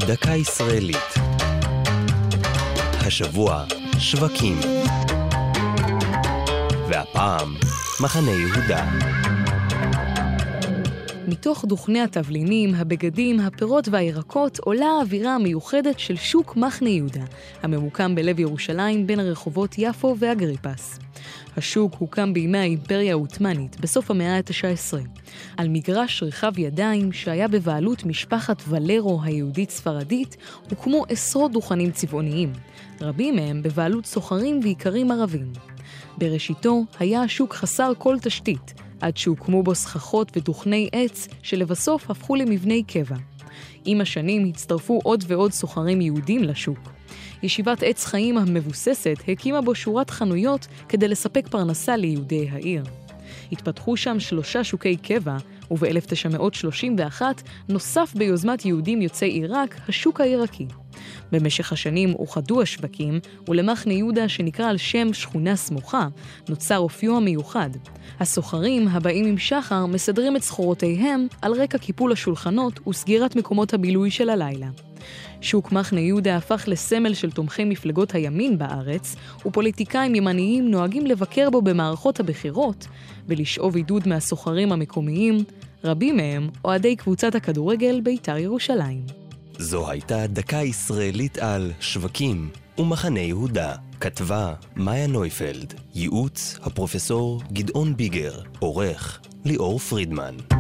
דקה ישראלית. השבוע שווקים. והפעם מחנה יהודה. מתוך דוכני התבלינים, הבגדים, הפירות והירקות עולה האווירה המיוחדת של שוק מחנה יהודה, הממוקם בלב ירושלים בין הרחובות יפו ואגריפס. השוק הוקם בימי האימפריה העות'מאנית בסוף המאה ה-19, על מגרש רחב ידיים שהיה בבעלות משפחת ולרו היהודית ספרדית, הוקמו עשרות דוכנים צבעוניים, רבים מהם בבעלות סוחרים ואיכרים ערבים. בראשיתו היה השוק חסר כל תשתית, עד שהוקמו בו סככות ודוכני עץ שלבסוף הפכו למבני קבע. עם השנים הצטרפו עוד ועוד סוחרים יהודים לשוק. ישיבת עץ חיים המבוססת הקימה בו שורת חנויות כדי לספק פרנסה ליהודי העיר. התפתחו שם 3 שוקי קבע, וב-1931 נוסף ביוזמת יהודים יוצאי עיראק השוק העיראקי. במשך השנים אוחדו השווקים, ולמחנה יהודה שנקרא על שם שכונה סמוכה, נוצר אופיו המיוחד. הסוחרים הבאים עם שחר מסדרים את סחורותיהם על רקע קיפול השולחנות וסגירת מקומות הבילוי של הלילה. שוק מחנה יהודה הפך לסמל של תומכי מפלגות הימין בארץ, ופוליטיקאים ימניים נוהגים לבקר בו במערכות הבחירות, ולשאוב עידוד מהסוחרים המקומיים, רבים מהם אוהדי קבוצת הכדורגל בית"ר ירושלים. זו הייתה דקה ישראלית על שווקים ומחנה יהודה. כתבה מאיה נויפלד, ייעוץ הפרופסור גדעון ביגר, עורך ליאור פרידמן.